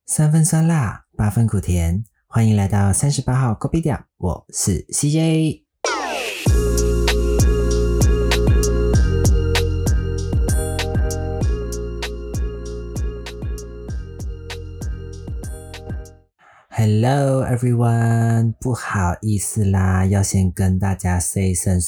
3分酸辣，8分苦甜，欢迎来到38号 Kopitiam， 我是 CJ。Hello everyone， 不好意思啦，要先跟大家 say 声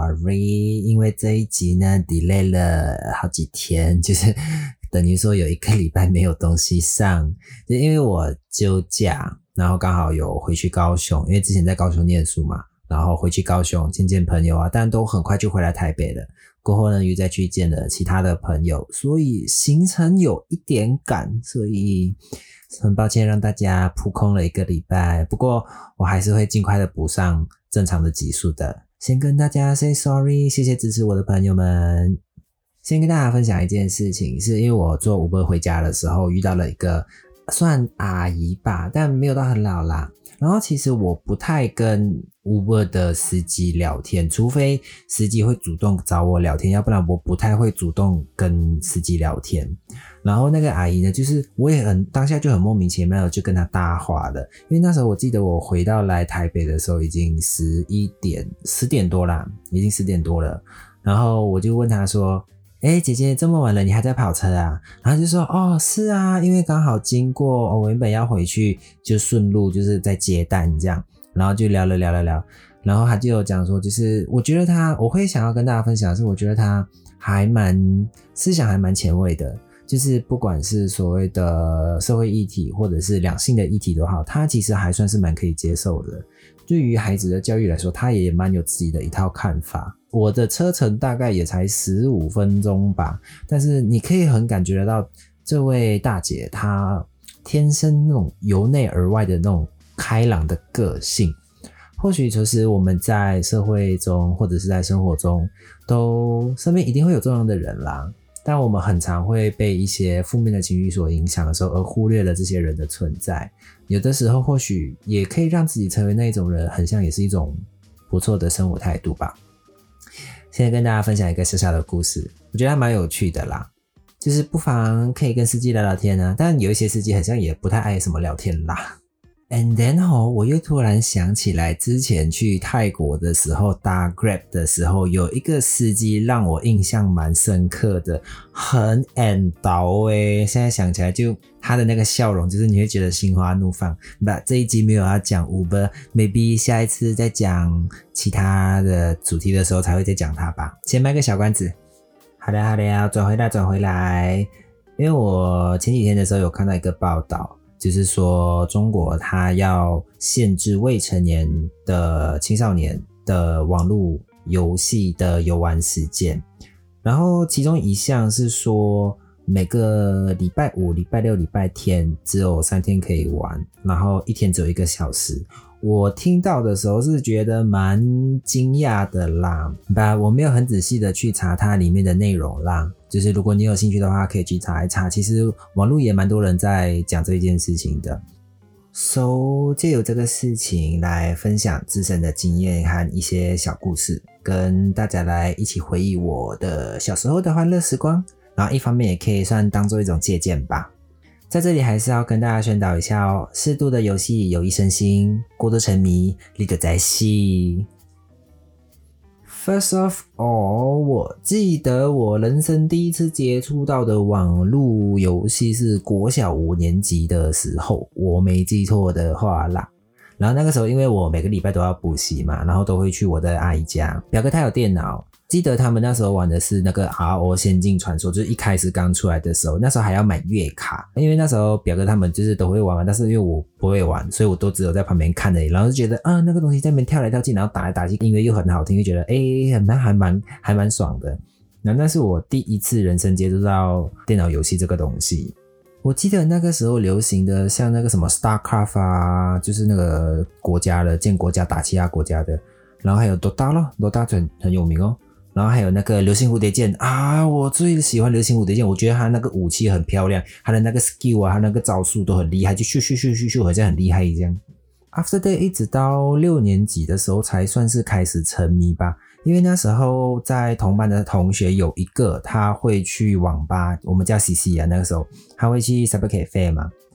sorry， 因为这一集呢 delay 了好几天，就是等于说有1个礼拜没有东西上，就因为我休假，然后刚好有回去高雄，因为之前在高雄念书嘛，然后回去高雄见见朋友啊，但都很快就回来台北了。过后呢又再去见了其他的朋友，所以行程有一点赶，所以很抱歉让大家扑空了1个礼拜，不过我还是会尽快的补上正常的集数的。先跟大家 say sorry， 谢谢支持我的朋友们。先跟大家分享一件事情，是因为我坐 Uber 回家的时候遇到了一个算阿姨吧，但没有到很老啦。然后其实我不太跟 Uber 的司机聊天，除非司机会主动找我聊天，要不然我不太会主动跟司机聊天。然后那个阿姨呢，就是我也当下就很莫名其妙的就跟她搭话了，因为那时候我记得我回到来台北的时候已经10点多啦，已经10点多了。然后我就问她说，姐姐这么晚了你还在跑车啊？然后就说是啊，因为刚好经过我原本要回去就顺路就是在接单这样，然后就聊了，然后他就有讲说，就是我觉得我会想要跟大家分享的是，我觉得他思想还蛮前卫的，就是不管是所谓的社会议题或者是两性的议题都好，他其实还算是蛮可以接受的。对于孩子的教育来说，他也蛮有自己的一套看法。我的车程大概也才15分钟吧，但是你可以很感觉得到这位大姐她天生那种由内而外的那种开朗的个性。或许就是我们在社会中或者是在生活中都身边一定会有这样的人啦，但我们很常会被一些负面的情绪所影响的时候而忽略了这些人的存在。有的时候或许也可以让自己成为那一种人，很像也是一种不错的生活态度吧。现在跟大家分享一个小小的故事，我觉得还蛮有趣的啦，就是不妨可以跟司机聊聊天啊，但有一些司机好像也不太爱什么聊天啦。And then 我又突然想起来之前去泰国的时候搭 Grab 的时候，有一个司机让我印象蛮深刻的，很倒现在想起来就他的那个笑容，就是你会觉得心花怒放。这一集没有要讲 Uber， maybe 下一次再讲其他的主题的时候才会再讲他吧，先卖个小关子。好的，转回来，因为我前几天的时候有看到一个报道，就是说中国它要限制未成年的青少年的网络游戏的游玩时间，然后其中一项是说每个礼拜5、礼拜6、礼拜天只有3天可以玩，然后1天只有1个小时。我听到的时候是觉得蛮惊讶的啦，我没有很仔细的去查它里面的内容啦，就是如果你有兴趣的话可以去查一查，其实网络也蛮多人在讲这一件事情的。借由这个事情来分享自身的经验和一些小故事，跟大家来一起回忆我的小时候的欢乐时光，然后一方面也可以算当做一种借鉴吧。在这里还是要跟大家宣导一下适度的游戏有益身心，过度沉迷立刻再戏。First of all， 我记得我人生第一次接触到的网络游戏是国小5年级的时候，我没记错的话啦。然后那个时候因为我每个礼拜都要补习嘛，然后都会去我的阿姨家，表哥他有电脑，记得他们那时候玩的是那个 RO 仙境传说，就是一开始刚出来的时候，那时候还要买月卡，因为那时候表哥他们就是都会玩，但是因为我不会玩，所以我都只有在旁边看而已，然后就觉得那个东西在那边跳来跳去，然后打来打去，音乐又很好听，就觉得还蛮爽的。然后那是我第一次人生接触到电脑游戏这个东西。我记得那个时候流行的像那个什么 StarCraft 啊，就是那个国家的建国家打其他国家的，然后还有 Dota 咯 ，Dota 很有名哦。然后还有那个流星蝴蝶剑啊，我最喜欢流星蝴蝶剑，我觉得它那个武器很漂亮，它的那个 skill 啊，它那个招数都很厉害，就咻好像很厉害一样。After that 一直到6年级的时候才算是开始沉迷吧，因为那时候在同班的同学有一个他会去网吧，我们叫 CC 啊，那个时候他会去 Cyber Cafe 嘛，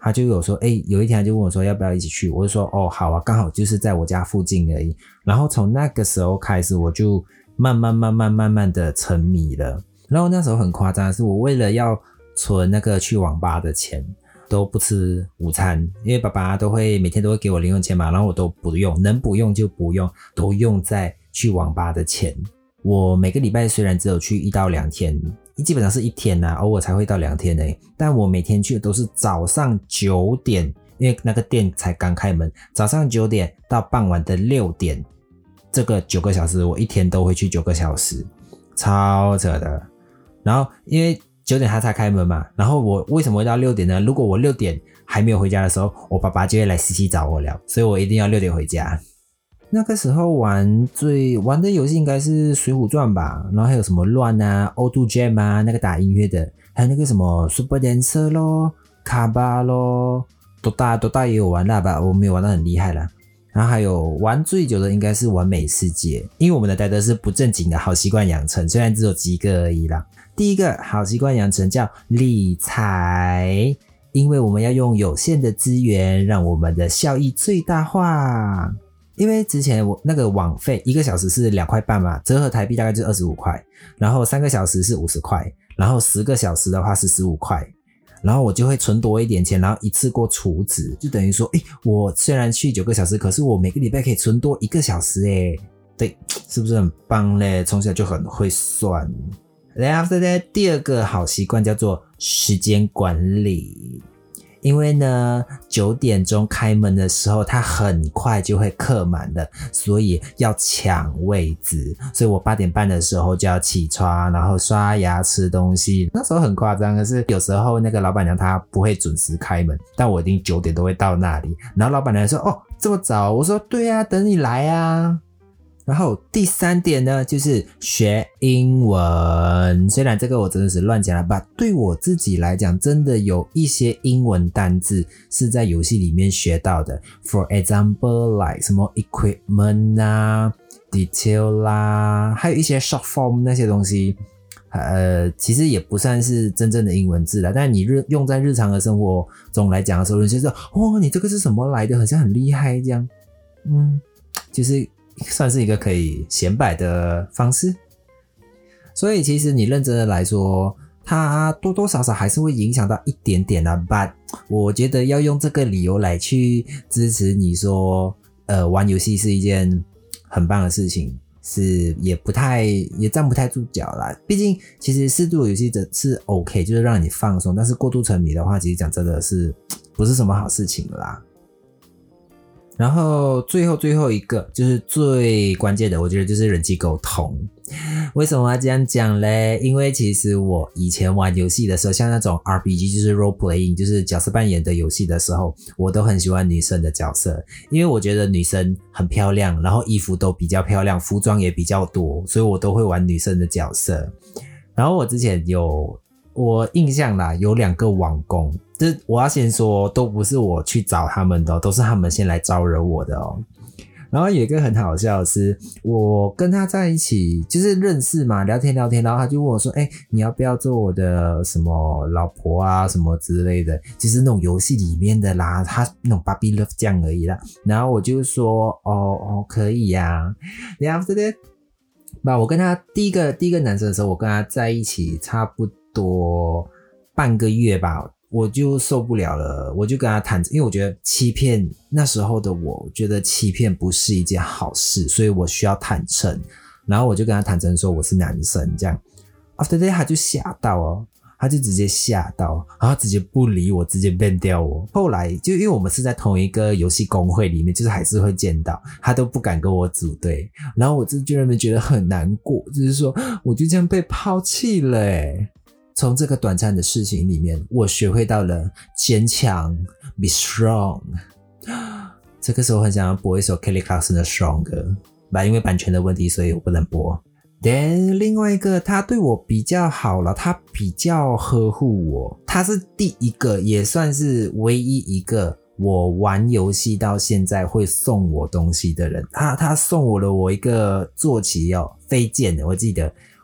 他就有说有一天他就问我说要不要一起去，我就说好啊，刚好就是在我家附近而已。然后从那个时候开始我就慢慢的沉迷了。然后那时候很夸张的是，我为了要存那个去网吧的钱都不吃午餐，因为爸爸每天都会给我零用钱嘛，然后我都不用，能不用就不用，都用在去网吧的钱。我每个礼拜虽然只有去1到2天，基本上是1天啊，偶尔才会到2天而已，但我每天去的都是早上9点，因为那个店才刚开门，早上9点到傍晚的6点，这个9个小时我一天都会去9个小时，超扯的。然后因为9点他才开门嘛，然后我为什么会到6点呢？如果我6点还没有回家的时候，我爸爸就会来洗澡我了，所以我一定要6点回家。那个时候玩的游戏应该是水浒传吧，然后还有什么乱啊 O2 Jam 啊，那个打音乐的，还有那个什么 Super Dancer 咯，卡巴咯，多大也有玩啦吧，我没有玩到很厉害啦。然后还有玩最久的应该是完美世界，因为我们的带的是不正经的好习惯养成，虽然只有几个而已啦。第一个好习惯养成叫理财，因为我们要用有限的资源让我们的效益最大化。因为之前我那个网费1个小时是2块半嘛，折合台币大概就是25块，然后3个小时是50块，然后10个小时的话是15块，然后我就会存多一点钱，然后一次过储值，就等于说我虽然去9个小时，可是我每个礼拜可以存多1个小时对，是不是很棒嘞？从小就很会算。然后 after that 第二个好习惯叫做时间管理。因为呢9点钟开门的时候它很快就会客满了，所以要抢位置，所以我8点半的时候就要起床，然后刷牙吃东西。那时候很夸张的是，有时候那个老板娘她不会准时开门，但我一定9点都会到那里，然后老板娘说这么早，我说对啊，等你来啊。然后第3点呢就是学英文，虽然这个我真的是乱讲了吧，对我自己来讲真的有一些英文单字是在游戏里面学到的， for example like 什么 equipment 啊 detail 啦，还有一些 short form 那些东西其实也不算是真正的英文字啦，但你用在日常的生活中来讲的时候，人家就说你这个是什么来的，好像很厉害这样。就是算是一个可以显摆的方式。所以其实你认真的来说，它多多少少还是会影响到一点点啦 but 我觉得要用这个理由来去支持你说玩游戏是一件很棒的事情，是也站不太住脚啦。毕竟其实适度的游戏是 OK， 就是让你放松，但是过度沉迷的话，其实讲真的是不是什么好事情啦。然后最后一个就是最关键的，我觉得就是人际沟通。为什么要这样讲嘞？因为其实我以前玩游戏的时候，像那种 RPG 就是 role playing 就是角色扮演的游戏的时候，我都很喜欢女生的角色，因为我觉得女生很漂亮，然后衣服都比较漂亮，服装也比较多，所以我都会玩女生的角色。然后我之前我印象啦，有2个网工，就是我要先说都不是我去找他们的都是他们先来招惹我的然后有一个很好笑的是，我跟他在一起就是认识嘛，聊天，然后他就问我说你要不要做我的什么老婆啊什么之类的，就是那种游戏里面的啦，他那种 Barbie Love 这样而已啦。然后我就说可以呀。然后我跟他第一个男生的时候，我跟他在一起差不多半个月吧，我就受不了了，我就跟他坦诚，因为我觉得欺骗，那时候的我觉得欺骗不是一件好事，所以我需要坦诚。然后我就跟他坦诚说我是男生这样。After that 他就吓到他就直接吓到，然后直接不理我，直接 ban 掉我。后来就因为我们是在同一个游戏公会里面，就是还是会见到，他都不敢跟我组队，然后我就觉得很难过，就是说我就这样被抛弃了从这个短暂的事情里面，我学会到了坚强 ，be strong。这个时候很想要播一首 Kelly Clarkson 的 Strong 歌，因为版权的问题，所以我不能播。Then 另外一个，他对我比较好了，他比较呵护我，他是第一个，也算是唯一一个我玩游戏到现在会送我东西的人。他送我了我一个坐骑飞剑的，我记得。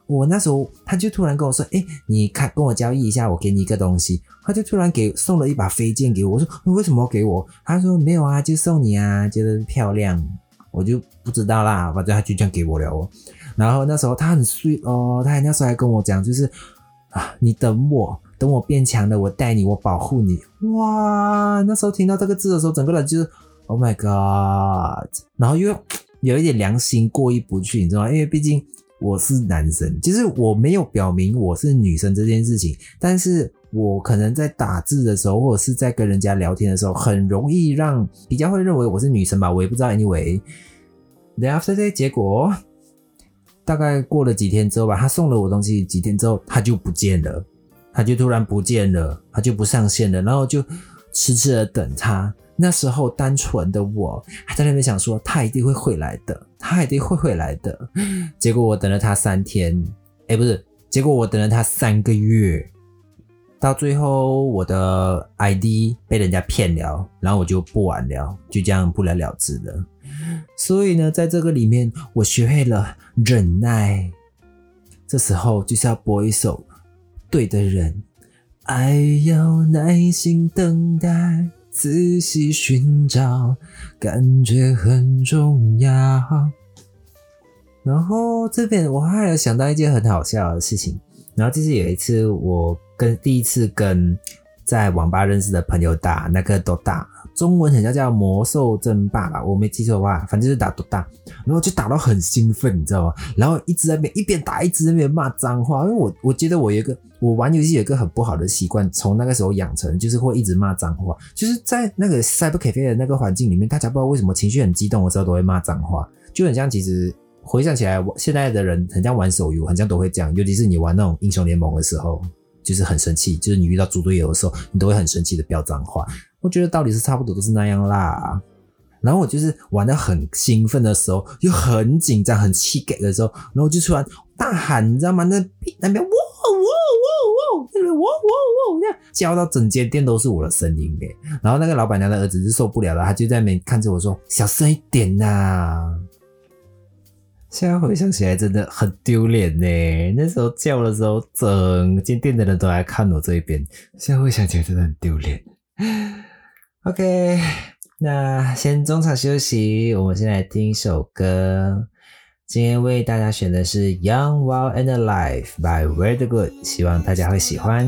我那时候他就突然跟我说，你看跟我交易一下，我给你一个东西。他就突然送了一把飞剑给我，我说为什么要给我？他说没有啊，就送你啊，觉得漂亮。我就不知道啦，反正他就这样给我了哦。然后那时候他很 sweet 哦，他那时候还跟我讲，就是你等我变强了，我带你，我保护你。哇，那时候听到这个字的时候，整个人就是 Oh my God， 然后又有一点良心过意不去，你知道吗？因为毕竟我是男生，就是我没有表明我是女生这件事情，但是我可能在打字的时候，或者是在跟人家聊天的时候，很容易比较会认为我是女生吧，我也不知道 anyway。 Then after that， 结果大概过了几天之后吧，他送了我东西几天之后他就不见了，他就突然不见了，他就不上线了，然后就痴痴的等他。那时候单纯的我还在那边想说他一定会回来的，他一定会回来的。结果我等了他3天，不是，结果我等了他3个月，到最后我的 ID 被人家骗了，然后我就不玩了，就这样不了了之了。所以呢，在这个里面我学会了忍耐，这时候就是要播一首对的人，爱要耐心等待，仔细寻找，感觉很重要。然后这边我还有想到一件很好笑的事情，然后就是有一次我第一次跟在网吧认识的朋友打那个 Dota， 中文好像叫魔兽争霸吧，我没记错的话，反正就是打 Dota， 然后就打到很兴奋，你知道吗？然后一直在那边一边打一直在那边骂脏话，因为我觉得我玩游戏有一个很不好的习惯，从那个时候养成，就是会一直骂脏话，就是在那个 Cyber Cafe 的那个环境里面，大家不知道为什么情绪很激动的时候都会骂脏话，就很像其实回想起来，现在的人很像玩手游，很像都会这样，尤其是你玩那种英雄联盟的时候，就是很生气，就是你遇到猪队友的时候，你都会很生气的飙脏话。我觉得道理是差不多都是那样啦。然后我就是玩得很兴奋的时候，又很紧张很气给的时候，然后就突然大喊，你知道吗？那边哇哇哇哇，那边哇哇哇，这样叫到整间店都是我的声音耶。然后那个老板娘的儿子是受不了了，他就在那边看着我说：“小声一点呐。”现在回想起来真的很丢脸耶，那时候叫的时候，整间店的人都来看我这一边。现在回想起来真的很丢脸。OK， 那先中场休息，我们先来听一首歌。今天为大家选的是 Young, Wild and Alive by Weird Good， 希望大家会喜欢。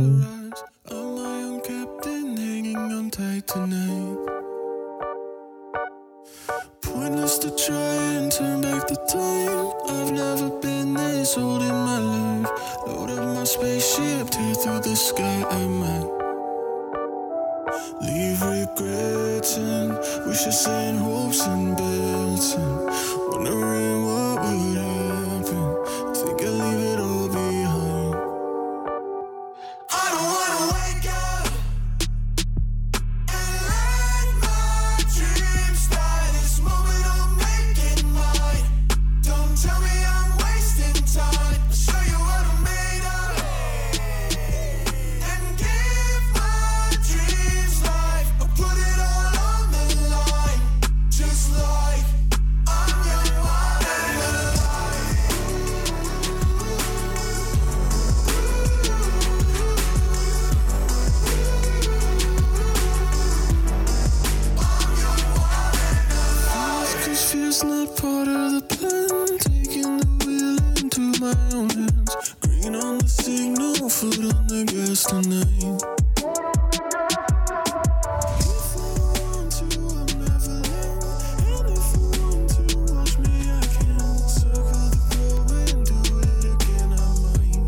Pointless to try and turn back the time. I've never been this old in my life. Load up my spaceship, tear through the sky. I might leave regretting, wishes and hopes and bets, and wondering what would happen. Think I'll leave it all behind. I don't wanna wake up and let my dreams die. This moment I'll make it mine. Don't tell me I'm wasting time. I'll show you what I'm made of and give my dreams life. I'll put it all on the line, just like I'm young, wild and alive. Cause fear's not part of the plan. Taking the wheel into my own hands. Green on the signal, foot on the gas tonight. If I want to, I'm never late. And if I want to watch me, I can. Circle the globe and do it again, I might.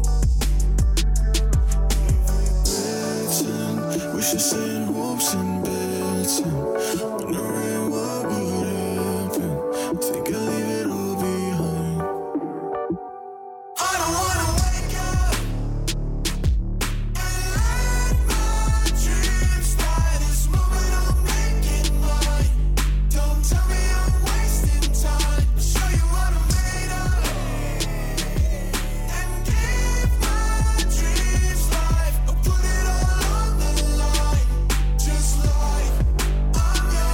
Regrets and wishes and hopes and bets, and wondering what would happen. Think I'll leave it all behind. I don't wanna wake up and let my dreams die. This moment I'll make it mine. Don't tell me I'm wasting time. I'll show you what I'm made of and give my dreams life. I'll put it all on the line, just like I'm young,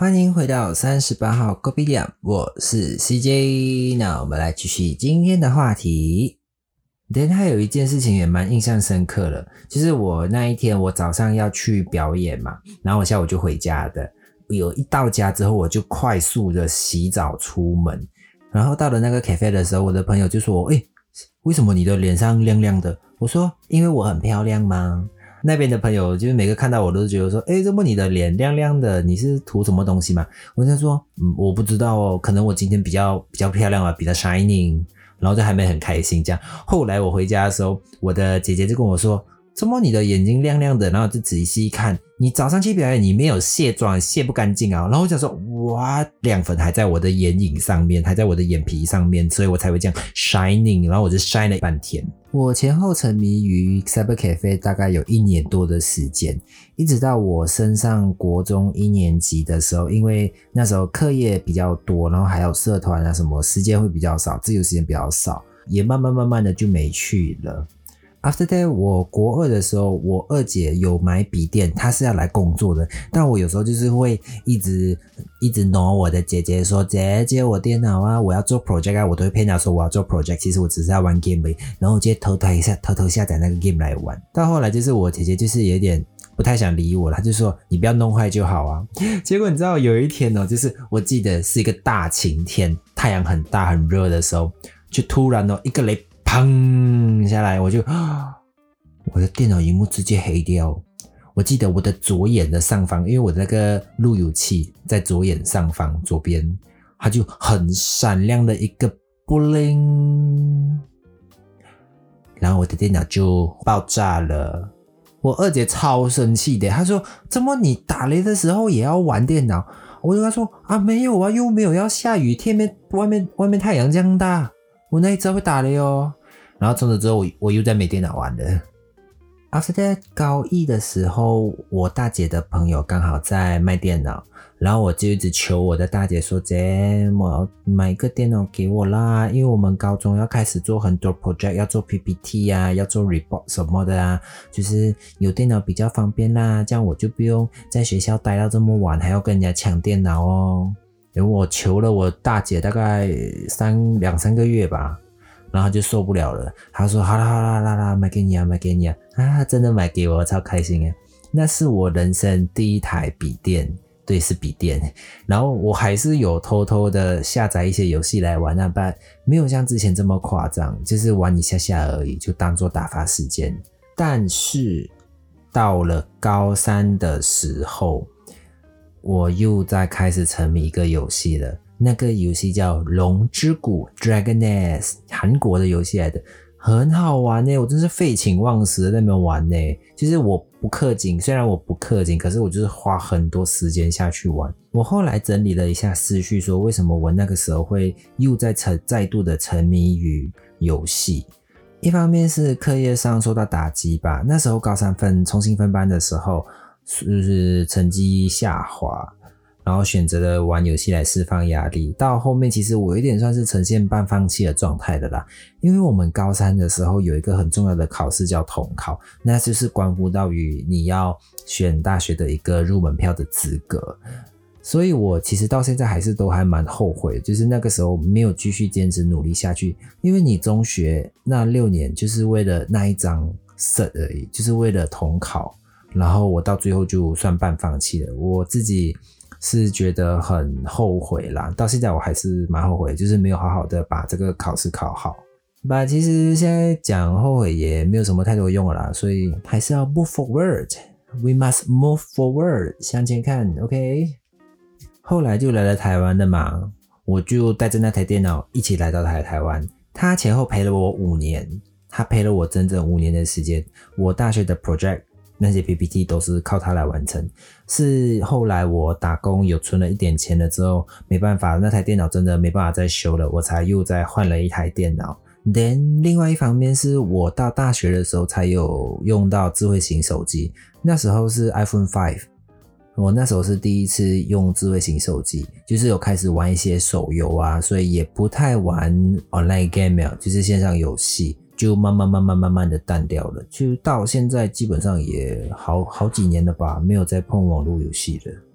欢迎回到38号 Kopitiam， 我是 CJ。 那我们来继续今天的话题。还有一件事情也蛮印象深刻的，就是我那一天我早上要去表演嘛，然后我下午就回家的。有一到家之后我就快速的洗澡出门，然后到了那个 cafe 的时候，我的朋友就说为什么你的脸上亮亮的？我说因为我很漂亮吗？那边的朋友就是每个看到我都觉得说怎么你的脸亮亮的，你是涂什么东西吗？我就说我不知道哦，可能我今天比较漂亮吧，比较 shining， 然后就还没很开心这样。后来我回家的时候，我的姐姐就跟我说怎么你的眼睛亮亮的，然后就仔细一看，你早上去表演你没有卸妆，卸不干净啊。然后我想说哇，亮粉还在我的眼影上面，还在我的眼皮上面，所以我才会这样 shining， 然后我就 shine 了半天。我前后沉迷于 Cyber Cafe 大概有1年多的时间，一直到我升上国中1年级的时候，因为那时候课业比较多，然后还有社团啊什么，时间会比较少，自由时间比较少，也慢慢的就没去了。After that， 我国2的时候，我二姐有买笔电，她是要来工作的，但我有时候就是会一直挪我的姐姐说姐借我电脑啊，我要做 project 啊，我都会骗她说我要做 project， 其实我只是要玩 game 而已，然后我就偷偷下载那个 game 来玩。到后来就是我姐姐就是有点不太想理我了，她就说你不要弄坏就好啊。结果你知道有一天就是我记得是一个大晴天，太阳很大很热的时候，就突然一个雷砰下来，我的电脑萤幕直接黑掉。我记得我的左眼的上方，因为我的那个路由器在左眼上方左边，它就很闪亮的一个 bling， 然后我的电脑就爆炸了。我二姐超生气的，她说怎么你打雷的时候也要玩电脑？我就跟她说没有啊，又没有要下雨，外面太阳这样大，我哪里知道会打雷哦。然后从此之后我又在没电脑玩了。After that， 高1的时候，我大姐的朋友刚好在卖电脑，然后我就一直求我的大姐说姐，我要买一个电脑给我啦，因为我们高中要开始做很多 project， 要做 PPT 啊，要做 report 什么的啊，就是有电脑比较方便啦，这样我就不用在学校待到这么晚，还要跟人家抢电脑哦。然后我求了我大姐大概2、3个月吧，然后就受不了了，他说好啦，买给你啊，真的买给我，超开心耶。那是我人生第一台笔电，对，是笔电。然后我还是有偷偷的下载一些游戏来玩，但没有像之前这么夸张，就是玩一下下而已，就当做打发时间。但是到了高3的时候，我又在开始沉迷一个游戏了。那个游戏叫龙之谷 Dragon Nest， 韩国的游戏来的，很好玩耶，我真是废寝忘食的在那边玩耶。就是我不氪金，虽然我不氪金，可是我就是花很多时间下去玩。我后来整理了一下思绪，说为什么我那个时候会又再度的沉迷于游戏。一方面是课业上受到打击吧，那时候高3重新分班的时候，就是成绩下滑，然后选择了玩游戏来释放压力。到后面其实我有点算是呈现半放弃的状态的啦，因为我们高3的时候有一个很重要的考试叫统考，那就是关乎到于你要选大学的一个入门票的资格。所以我其实到现在还是都还蛮后悔，就是那个时候没有继续坚持努力下去，因为你中学那6年就是为了那一张 cert 而已，就是为了统考，然后我到最后就算半放弃了。我自己是觉得很后悔啦，到现在我还是蛮后悔，就是没有好好的把这个考试考好。其实现在讲后悔也没有什么太多用了啦，所以还是要 move forward， we must move forward， 向前看 OK。 后来就来了台湾了嘛，我就带着那台电脑一起来到台湾，他前后陪了我5年，他陪了我整整5年的时间，我大学的 project那些 PPT 都是靠他来完成。是后来我打工有存了一点钱了之后，没办法，那台电脑真的没办法再修了，我才又再换了一台电脑。Then 另外一方面是我到大学的时候才有用到智慧型手机，那时候是 iPhone 5，我那时候是第一次用智慧型手机，就是有开始玩一些手游啊，所以也不太玩 online game 了，就是线上游戏，就慢慢的淡掉了，就到现在基本上也好几年了吧，没有再碰网络游戏了。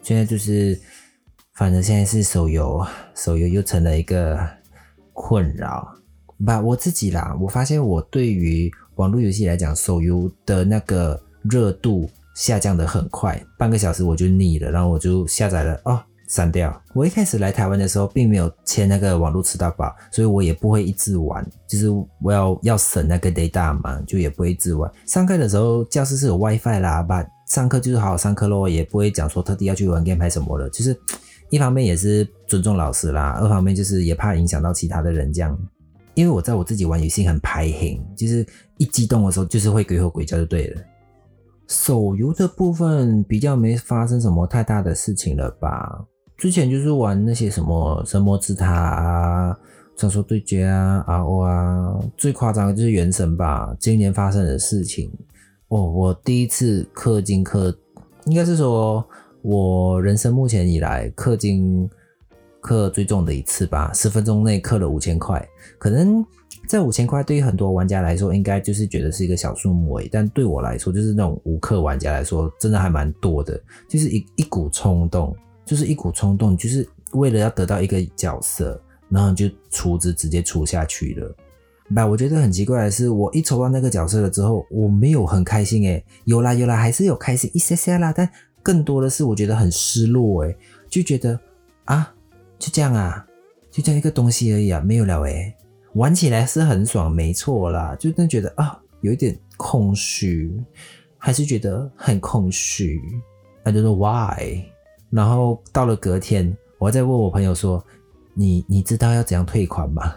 现在就是反正现在是手游又成了一个困扰吧。我自己啦，我发现我对于网络游戏来讲，手游的那个热度下降得很快，半个小时我就腻了，然后我就下载了删掉。我一开始来台湾的时候并没有签那个网络吃到饱，所以我也不会一直玩，就是我要省那个 data 嘛，就也不会一直玩。上课的时候教室是有 wifi 啦，上课就是好好上课咯，也不会讲说特地要去玩 game 还什么的，就是一方面也是尊重老师啦，二方面就是也怕影响到其他的人这样。因为我知道我自己玩游戏很排行，就是一激动的时候就是会鬼吼鬼叫就对了。手游的部分比较没发生什么太大的事情了吧。之前就是玩那些什么神魔之塔啊、传说对决啊、RO 啊，最夸张的就是原神吧，今年发生的事情。我第一次氪金应该是说我人生目前以来氪金氪最重的一次吧，10分钟内氪了5000块。可能这5000块对于很多玩家来说应该就是觉得是一个小数目但对我来说就是那种无氪玩家来说真的还蛮多的，就是一股冲动，就是为了要得到一个角色，然后你就直接出下去了。我觉得很奇怪的是，我一抽到那个角色了之后，我没有很开心有啦，还是有开心一些些啦，但更多的是我觉得很失落就觉得就这样就这样一个东西而已没有了玩起来是很爽没错啦，就真的觉得有一点空虚，还是觉得很空虚 I don't know why。 然后到了隔天我再问我朋友说你知道要怎样退款吗？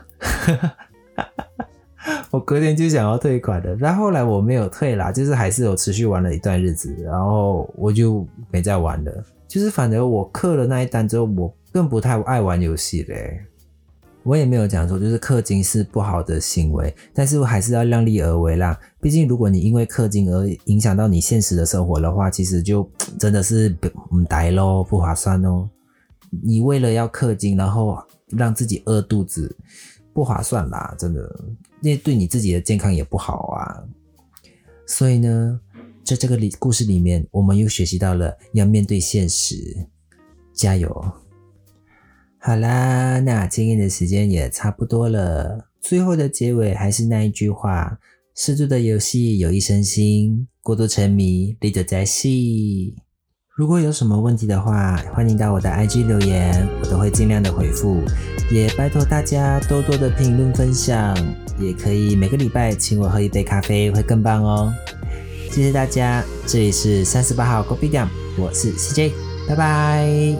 我隔天就想要退款了，然后后来我没有退啦，就是还是有持续玩了一段日子，然后我就没再玩了。就是反正我氪了那一单之后，我更不太爱玩游戏嘞。我也没有讲说就是氪金是不好的行为，但是我还是要量力而为啦。毕竟如果你因为氪金而影响到你现实的生活的话，其实就真的是不呆咯，不划算哦。你为了要氪金然后让自己饿肚子，不划算啦，真的，因为对你自己的健康也不好啊。所以呢，在这个故事里面，我们又学习到了要面对现实，加油。好啦，那今天的时间也差不多了，最后的结尾还是那一句话，适度的游戏有益身心，过度沉迷累着在戏。如果有什么问题的话，欢迎到我的 IG 留言，我都会尽量的回复，也拜托大家多多的评论分享，也可以每个礼拜请我喝一杯咖啡会更棒哦。谢谢大家，这里是38号 Kopitiam， 我是 CJ， 拜拜。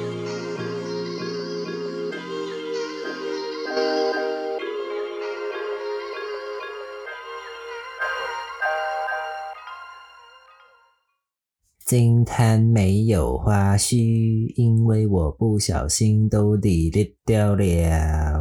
惊叹没有花絮，因为我不小心都delete掉了。